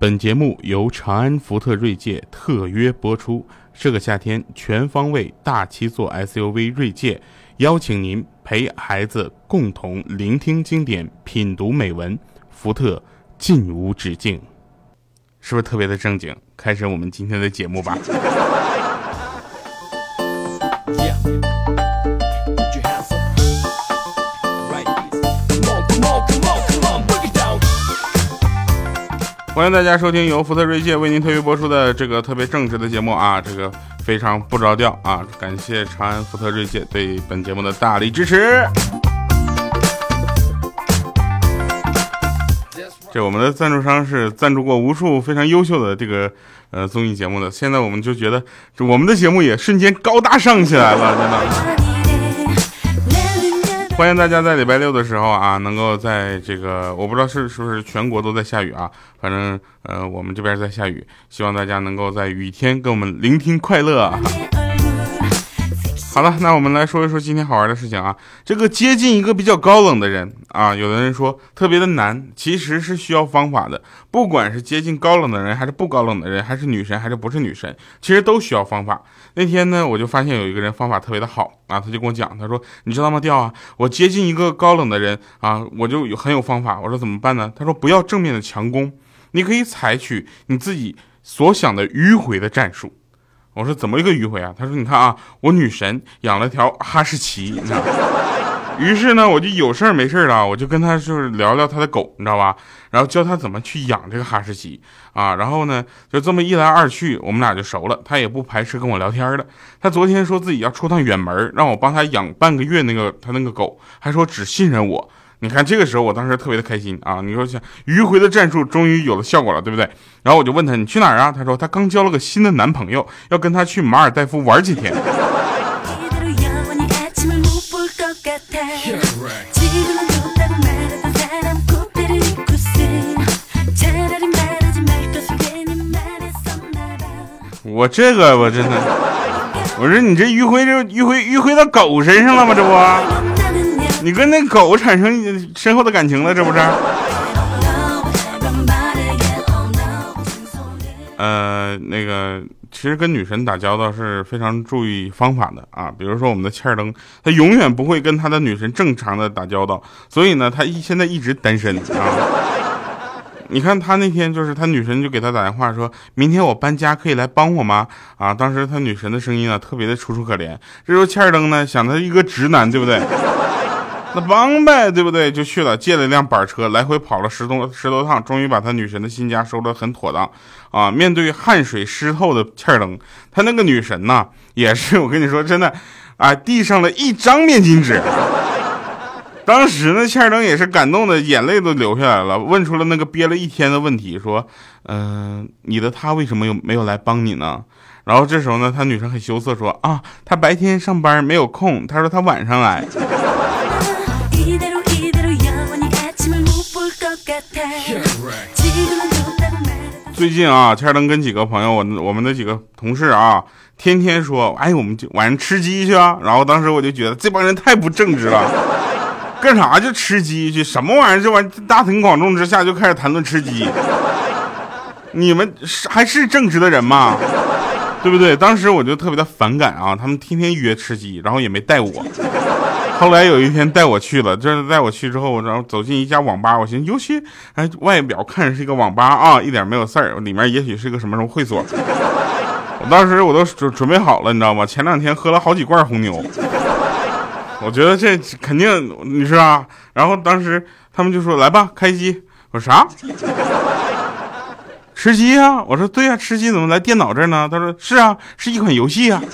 本节目由长安福特锐界特约播出。这个夏天，全方位大七座 SUV 锐界邀请您陪孩子共同聆听经典，品读美文，福特尽无止境。是不是特别的正经？开始我们今天的节目吧。欢迎大家收听由福特锐界为您特约播出的这个特别正直的节目啊，这个非常不着调啊！感谢长安福特锐界对本节目的大力支持。这我们的赞助商是赞助过无数非常优秀的这个综艺节目的，现在我们就觉得我们的节目也瞬间高大上起来了，真的。欢迎大家在礼拜六的时候啊，能够在这个我不知道是不是全国都在下雨啊，反正我们这边在下雨，希望大家能够在雨天跟我们聆听快乐啊。好了，那我们来说一说今天好玩的事情啊。这个接近一个比较高冷的人啊，有的人说特别的难，其实是需要方法的。不管是接近高冷的人，还是不高冷的人，还是女神，还是不是女神，其实都需要方法。那天呢，我就发现有一个人方法特别的好啊，他就跟我讲，他说你知道吗，调啊，我接近一个高冷的人啊，我就很有方法。我说怎么办呢？他说不要正面的强攻，你可以采取你自己所想的迂回的战术。我说怎么一个迂回啊？他说你看啊，我女神养了条哈士奇，你知道吗？于是呢，我就有事没事的，我就跟他就是聊聊他的狗，你知道吧？然后教他怎么去养这个哈士奇啊。然后呢，就这么一来二去，我们俩就熟了。他也不排斥跟我聊天的。他昨天说自己要出趟远门，让我帮他养半个月他那个狗，还说只信任我。你看这个时候我当时特别的开心啊！你说像迂回的战术终于有了效果了，对不对？然后我就问他你去哪儿啊？他说他刚交了个新的男朋友，要跟他去马尔代夫玩几天。我真的，我说你这迂回到狗身上了吗？这不？你跟那狗产生深厚的感情了，这不是？那个其实跟女神打交道是非常注意方法的啊。比如说我们的切尔登，他永远不会跟他的女神正常的打交道，所以呢，他现在一直单身啊。你看他那天就是他女神就给他打电话说，明天我搬家可以来帮我吗？啊，当时他女神的声音啊特别的楚楚可怜。这时候切尔登呢想他一个直男，对不对？那帮呗，对不对？就去了，借了一辆板车，来回跑了十多趟，终于把他女神的新家收得很妥当啊！面对汗水湿透的切尔登，他那个女神呐，也是我跟你说真的啊，递上了一张面巾纸。当时呢，切尔登也是感动的眼泪都流下来了，问出了那个憋了一天的问题，说你的他为什么没有来帮你呢？然后这时候呢，他女神很羞涩说啊，他白天上班没有空，他说他晚上来。最近啊，切尔登跟几个朋友，我们的几个同事啊，天天说，哎，我们就晚上吃鸡去啊。然后当时我就觉得这帮人太不正直了，干啥就吃鸡去？什么玩意儿？这玩意儿大庭广众之下就开始谈论吃鸡，你们还是正直的人吗？对不对？当时我就特别的反感啊，他们天天约吃鸡，然后也没带我。后来有一天带我去了，这带我去之后，然后走进一家网吧，我寻思尤其外表看着是一个网吧啊，一点没有事儿，里面也许是个什么会所。我当时我都准备好了，你知道吗？前2天喝了好几罐红牛，我觉得这肯定你是吧？然后当时他们就说来吧，开机。我说啥？吃鸡啊？我说对啊，吃鸡怎么来电脑这儿呢？他说是啊，是一款游戏啊。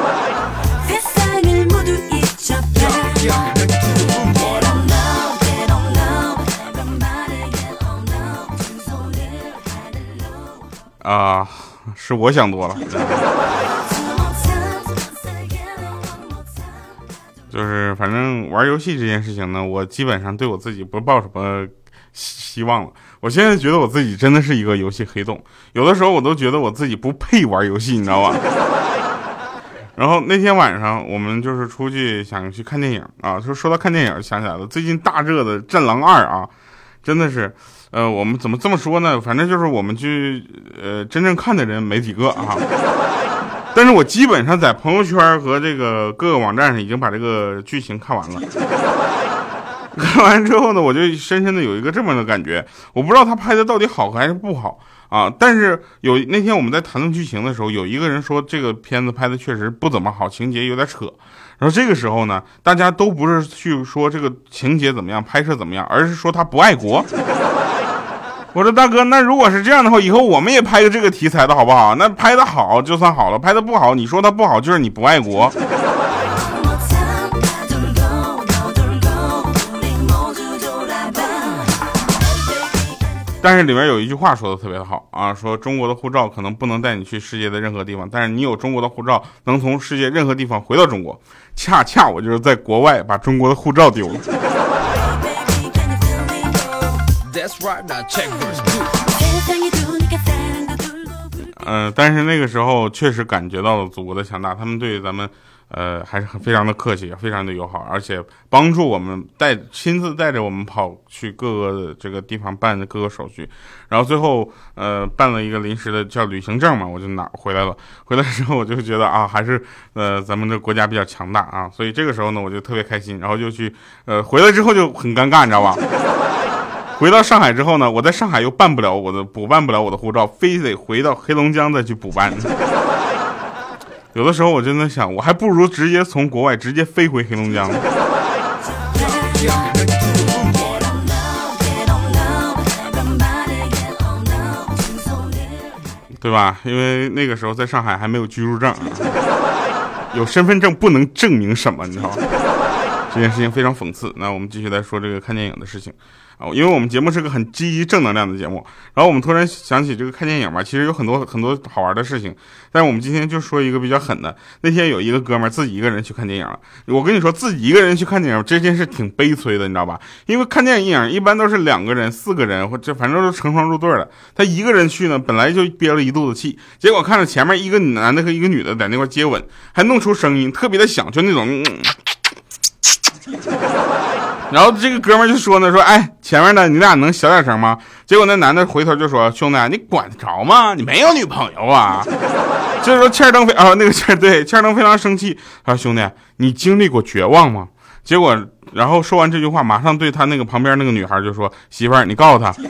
是我想多了。就是反正玩游戏这件事情呢，我基本上对我自己不抱什么希望了。我现在觉得我自己真的是一个游戏黑洞，有的时候我都觉得我自己不配玩游戏，你知道吧？然后那天晚上我们就是出去想去看电影啊，就说到看电影想起来了，最近大热的《战狼2》啊，真的是我们怎么这么说呢？反正就是我们去真正看的人没几个啊。但是我基本上在朋友圈和这个各个网站上已经把这个剧情看完了。看完之后呢，我就深深的有一个这么的感觉，我不知道他拍的到底好还是不好啊。但是那天我们在谈论剧情的时候，有一个人说这个片子拍的确实不怎么好，情节有点扯。然后这个时候呢，大家都不是去说这个情节怎么样，拍摄怎么样，而是说他不爱国。我说大哥，那如果是这样的话，以后我们也拍个这个题材的好不好？那拍的好就算好了，拍的不好，你说他不好就是你不爱国。但是里面有一句话说的特别的好啊，说中国的护照可能不能带你去世界的任何地方，但是你有中国的护照能从世界任何地方回到中国。恰恰我就是在国外把中国的护照丢了。但是那个时候确实感觉到了祖国的强大，他们对咱们还是非常的客气，非常的友好，而且帮助我们亲自带着我们跑去各个这个地方办各个手续，然后最后办了一个临时的叫旅行证嘛，我就拿回来了。回来之后我就觉得啊，还是咱们的国家比较强大啊，所以这个时候呢我就特别开心，然后就去回来之后就很尴尬，你知道吧？回到上海之后呢，我在上海又补办不了我的护照，非得回到黑龙江再去补办。有的时候我真的想，我还不如直接从国外直接飞回黑龙江。对吧？因为那个时候在上海还没有居住证，有身份证不能证明什么，你知道吗？这件事情非常讽刺。那我们继续来说这个看电影的事情啊，因为我们节目是个很积极正能量的节目，然后我们突然想起这个看电影嘛，其实有很多好玩的事情，但是我们今天就说一个比较狠的。那天有一个哥们儿自己一个人去看电影了，我跟你说，自己一个人去看电影这件事挺悲催的，你知道吧？因为看电影一般都是2个人、4个人，或者反正都成双入对的。他一个人去呢，本来就憋了一肚子气，结果看着前面一个男的和一个女的在那块接吻，还弄出声音，特别的响，就那种。然后这个哥们就说呢，说哎，前面的你俩能小点声吗？结果那男的回头就说，兄弟，你管得着吗？你没有女朋友啊？就是说切尔登非常生气，他说兄弟，你经历过绝望吗？结果然后说完这句话，马上对他那个旁边那个女孩就说，媳妇儿，你告诉他。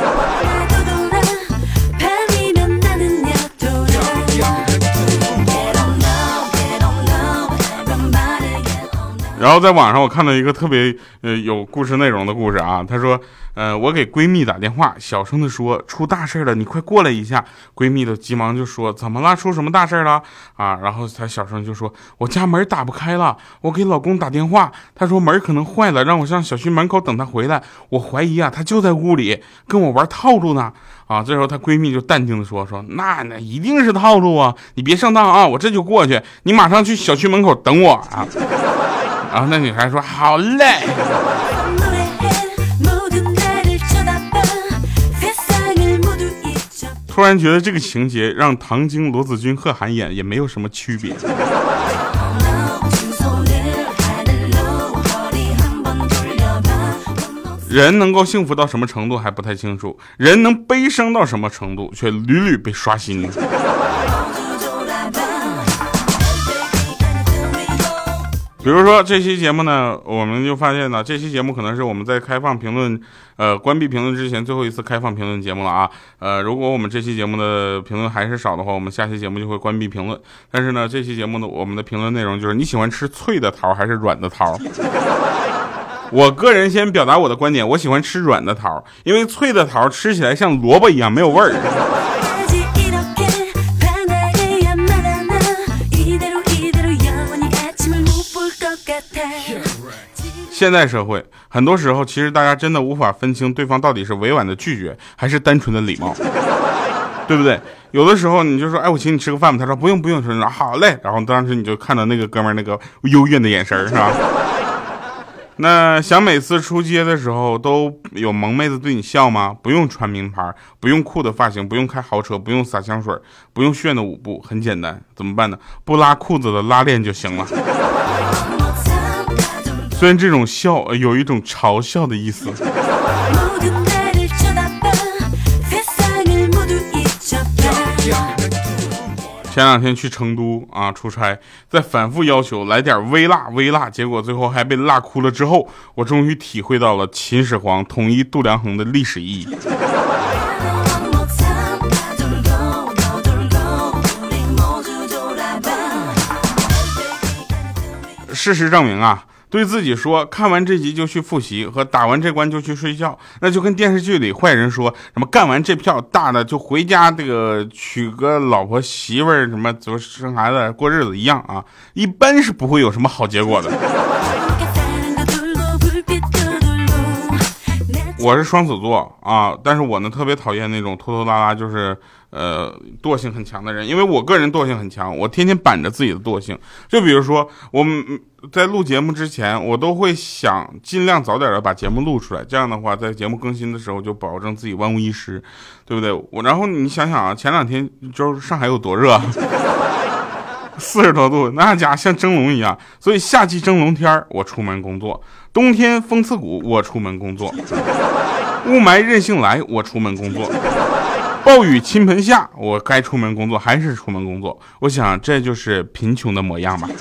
然后在网上我看到一个特别有故事内容的故事啊，他说我给闺蜜打电话，小声的说出大事了，你快过来一下。闺蜜的急忙就说怎么了，出什么大事了啊？然后她小声就说我家门打不开了，我给老公打电话，他说门可能坏了，让我上小区门口等他回来，我怀疑啊他就在屋里跟我玩套路呢啊。这时候她闺蜜就淡定的说那一定是套路啊，你别上当啊，我这就过去，你马上去小区门口等我啊。然后那女孩说好嘞。突然觉得这个情节让唐晶、罗子君、贺涵演也没有什么区别。人能够幸福到什么程度还不太清楚，人能悲伤到什么程度却屡屡被刷新。比如说这期节目呢，我们就发现呢，这期节目可能是我们在开放评论关闭评论之前最后一次开放评论节目了啊。如果我们这期节目的评论还是少的话，我们下期节目就会关闭评论。但是呢，这期节目呢，我们的评论内容就是你喜欢吃脆的桃还是软的桃？我个人先表达我的观点，我喜欢吃软的桃，因为脆的桃吃起来像萝卜一样没有味儿。现在社会很多时候其实大家真的无法分清对方到底是委婉的拒绝还是单纯的礼貌，对不对？有的时候你就说哎，我请你吃个饭吧，他说不用，说好嘞，然后当时你就看到那个哥们儿那个幽怨的眼神，是吧？那想每次出街的时候都有萌妹子对你笑吗？不用穿名牌，不用酷的发型，不用开豪车，不用撒香水，不用炫的舞步，很简单，怎么办呢？不拉裤子的拉链就行了。虽然这种笑有一种嘲笑的意思。 前两天去成都啊出差，在反复要求来点微辣，结果最后还被辣哭了。之后，我终于体会到了秦始皇统一度量衡的历史意义。事实证明啊，对自己说看完这集就去复习和打完这关就去睡觉，那就跟电视剧里坏人说什么干完这票大的就回家这个娶个老婆媳妇儿什么就生孩子过日子一样啊，一般是不会有什么好结果的。我是双子座啊，但是我呢特别讨厌那种拖拖拉拉，就是惰性很强的人，因为我个人惰性很强，我天天板着自己的惰性。就比如说我们在录节目之前，我都会想尽量早点的把节目录出来，这样的话在节目更新的时候就保证自己万无一失，对不对？然后你想想啊，前两天就是上海有多热，40多度，那家像蒸笼一样。所以夏季蒸笼天我出门工作，冬天风刺骨我出门工作，雾霾任性来我出门工作，暴雨倾盆下我该出门工作还是出门工作。我想这就是贫穷的模样吧。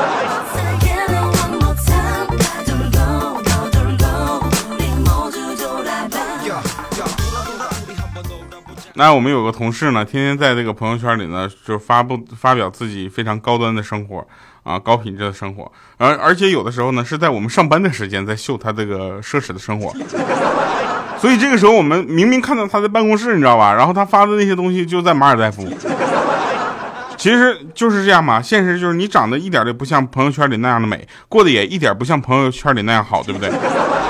那我们有个同事呢，天天在这个朋友圈里呢，就发表自己非常高端的生活啊，高品质的生活，而且有的时候呢，是在我们上班的时间在秀他这个奢侈的生活。所以这个时候我们明明看到他在办公室，你知道吧？然后他发的那些东西就在马尔代夫。其实就是这样嘛，现实就是你长得一点都不像朋友圈里那样的美，过得也一点不像朋友圈里那样好，对不对？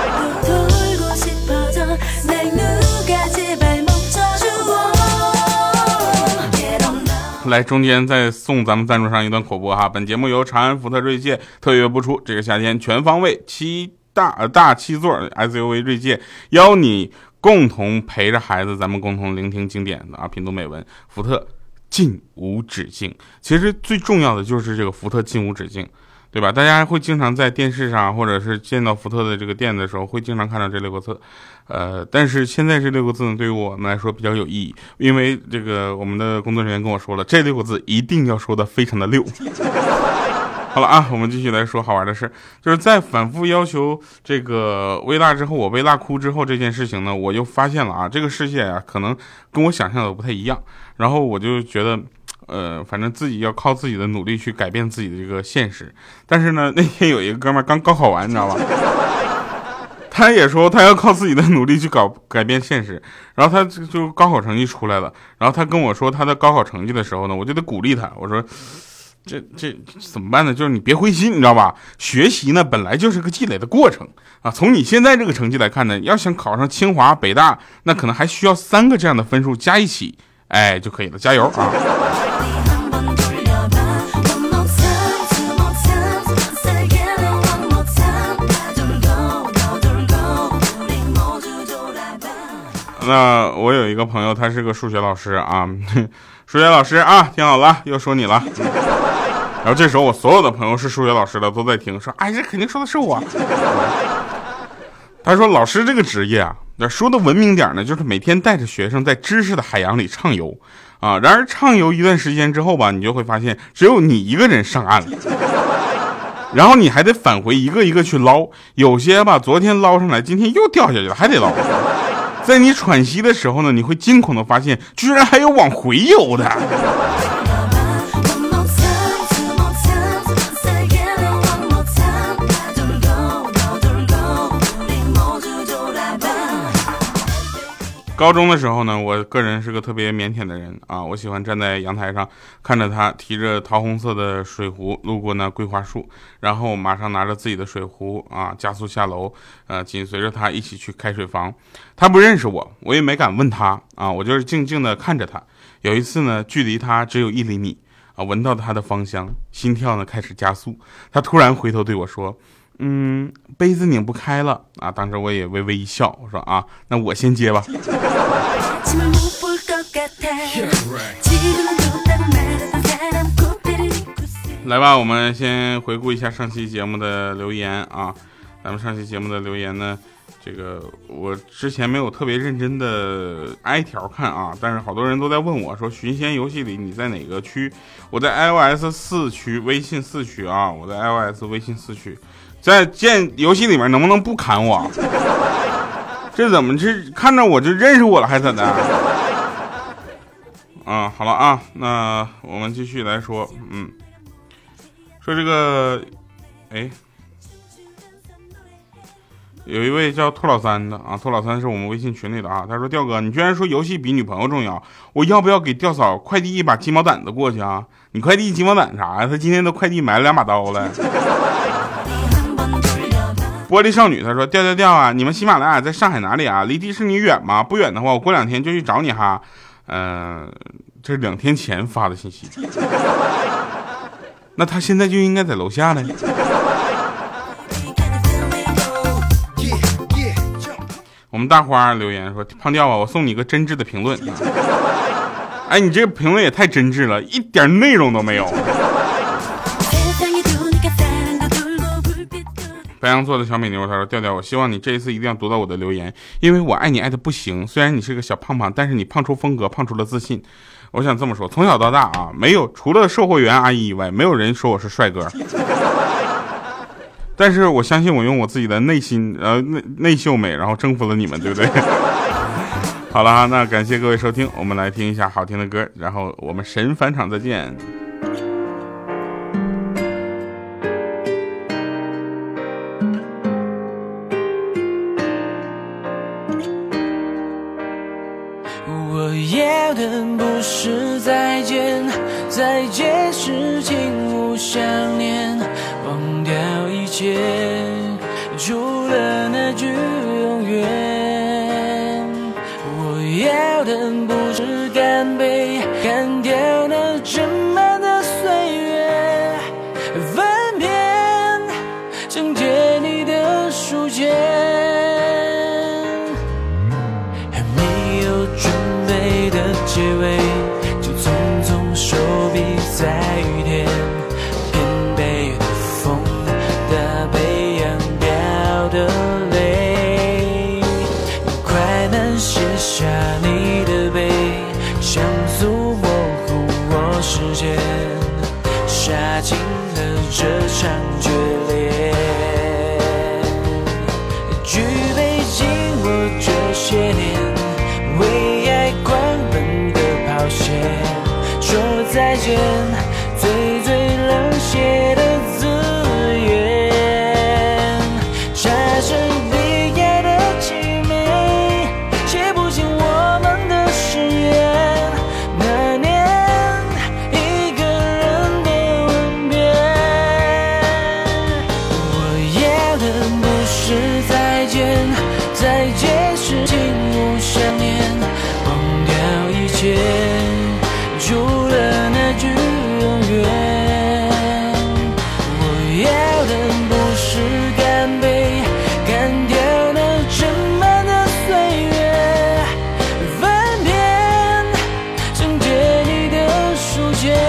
来，中间再送咱们赞助上一段口播哈。本节目由长安福特锐界特约播出。这个夏天全方位大七座 SUV 锐界邀你共同陪着孩子，咱们共同聆听经典的品读美文。福特进无止境，其实最重要的就是这个福特进无止境，对吧？大家会经常在电视上或者是见到福特的这个店的时候，会经常看到这6个字。但是现在这6个字呢，对于我们来说比较有意义，因为这个我们的工作人员跟我说了，这6个字一定要说的非常的溜。好了啊，我们继续来说好玩的事，就是在反复要求这个微辣之后，我被辣哭之后这件事情呢，我就发现了啊，这个世界啊，可能跟我想象的不太一样。然后我就觉得，反正自己要靠自己的努力去改变自己的这个现实。但是呢，那天有一个哥们儿刚高考完，你知道吧？他也说他要靠自己的努力去改变现实。然后他就高考成绩出来了，然后他跟我说他的高考成绩的时候呢，我就得鼓励他，我说。这怎么办呢？就是你别灰心，你知道吧？学习呢本来就是个积累的过程啊。从你现在这个成绩来看呢，要想考上清华、北大，那可能还需要3个这样的分数加一起，哎就可以了。加油啊！那我有一个朋友，他是个数学老师啊，数学老师啊，听好了，又说你了。然后这时候我所有的朋友是数学老师的都在听，说哎，这肯定说的是我。他说老师这个职业啊，说的文明点呢，就是每天带着学生在知识的海洋里畅游啊。然而畅游一段时间之后吧，你就会发现只有你一个人上岸了，然后你还得返回一个一个去捞，有些吧昨天捞上来，今天又掉下去了，还得捞。在你喘息的时候呢，你会惊恐的发现居然还有往回游的。高中的时候呢，我个人是个特别腼腆的人啊，我喜欢站在阳台上看着他提着桃红色的水壶路过那桂花树，然后马上拿着自己的水壶啊加速下楼，紧随着他一起去开水房。他不认识我，我也没敢问他啊，我就是静静的看着他。有一次呢，距离他只有1厘米啊，闻到他的芳香，心跳呢开始加速。他突然回头对我说：“杯子拧不开了啊！”当时我也微微一笑，我说啊，那我先接吧。来吧，我们先回顾一下上期节目的留言啊。咱们上期节目的留言呢， 这个我之前没有特别认真的挨条看啊，但是好多人都在问我说，寻仙游戏里你在哪个区？我在 iOS 4区，微信4区啊，我在 iOS 微信4区，在建游戏里面能不能不砍我？这怎么这看着我就认识我了还怎的？啊，好了啊，那我们继续来说，说这个，有一位叫兔老三的啊，兔老三是我们微信群里的啊，他说：“吊哥，你居然说游戏比女朋友重要，我要不要给吊嫂快递一把鸡毛掸子过去啊？你快递鸡毛掸啥呀？他今天都快递买了2把刀了。”玻璃少女她说：“吊啊，你们喜马拉雅在上海哪里啊？离迪士尼远吗？不远的话，我过2天就去找你哈。”这是2天前发的信息，那他现在就应该在楼下呢。我们大花留言说：“胖吊啊，我送你一个真挚的评论。”哎，你这个评论也太真挚了，一点内容都没有。白羊座的小美妞他说：“吊，我希望你这一次一定要读到我的留言，因为我爱你爱的不行。虽然你是个小胖胖，但是你胖出风格，胖出了自信。我想这么说，从小到大啊，没有除了售货员阿姨以外，没有人说我是帅哥。但是我相信我用我自己的内心内秀美，然后征服了你们，对不对？好了，那感谢各位收听，我们来听一下好听的歌，然后我们神返场再见。” 我要的不是再见，再见是轻无想念，忘掉一切，除了那句永远。我要的不是干杯，干掉那斟满的岁月，翻篇整洁你的书签。结尾就匆匆收笔在雨天，偏北的风搭配扬掉的泪，快慢写下你的背，像素模糊我视线，杀进了这场决裂。举杯敬我这些年为爱狂奔的抛线，说再见，最最冷血的字眼，差生悲哀的凄美，写不清我们的誓言。那年一个人的吻别，我要的不是再见，再见是轻无想念，忘掉一切，除了那句永远。我要的不是干杯，干掉那斟满的岁月，翻篇整洁你的书签。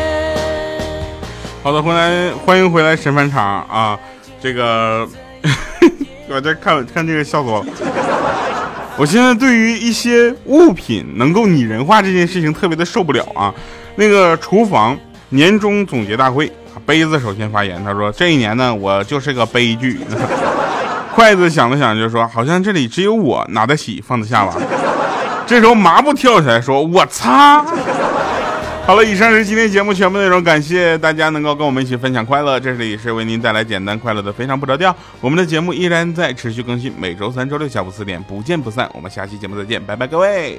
好的，欢迎回来神返场啊！这个我在看这个笑死我了。我现在对于一些物品能够拟人化这件事情特别的受不了啊！那个厨房年终总结大会，杯子首先发言，他说：“这一年呢，我就是个悲剧。”筷子想了想就说：“好像这里只有我拿得起放得下吧。”这时候麻布跳起来说：“我擦！”好了，以上是今天节目全部内容，感谢大家能够跟我们一起分享快乐。这里是为您带来简单快乐的非常不着调。我们的节目依然在持续更新，每周3、周6下午4点不见不散。我们下期节目再见，拜拜各位。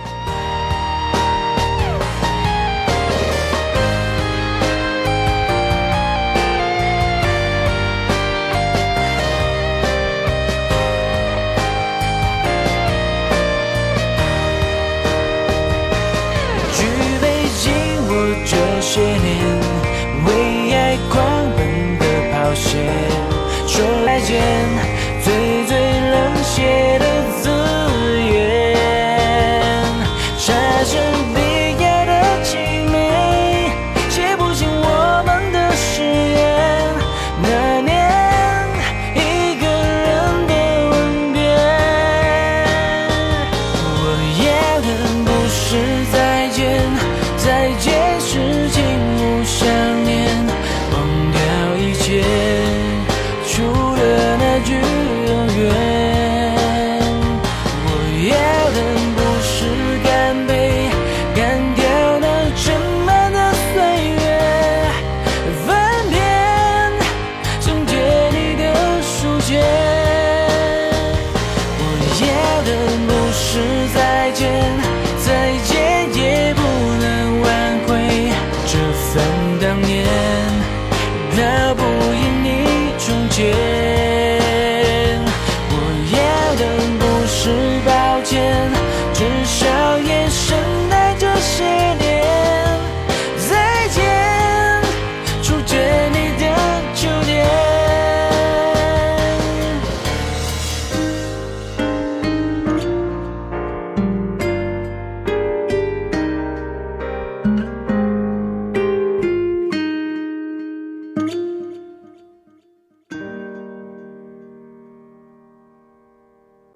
这些年为爱狂奔的抛线，说再见，最最冷血的字眼， 见，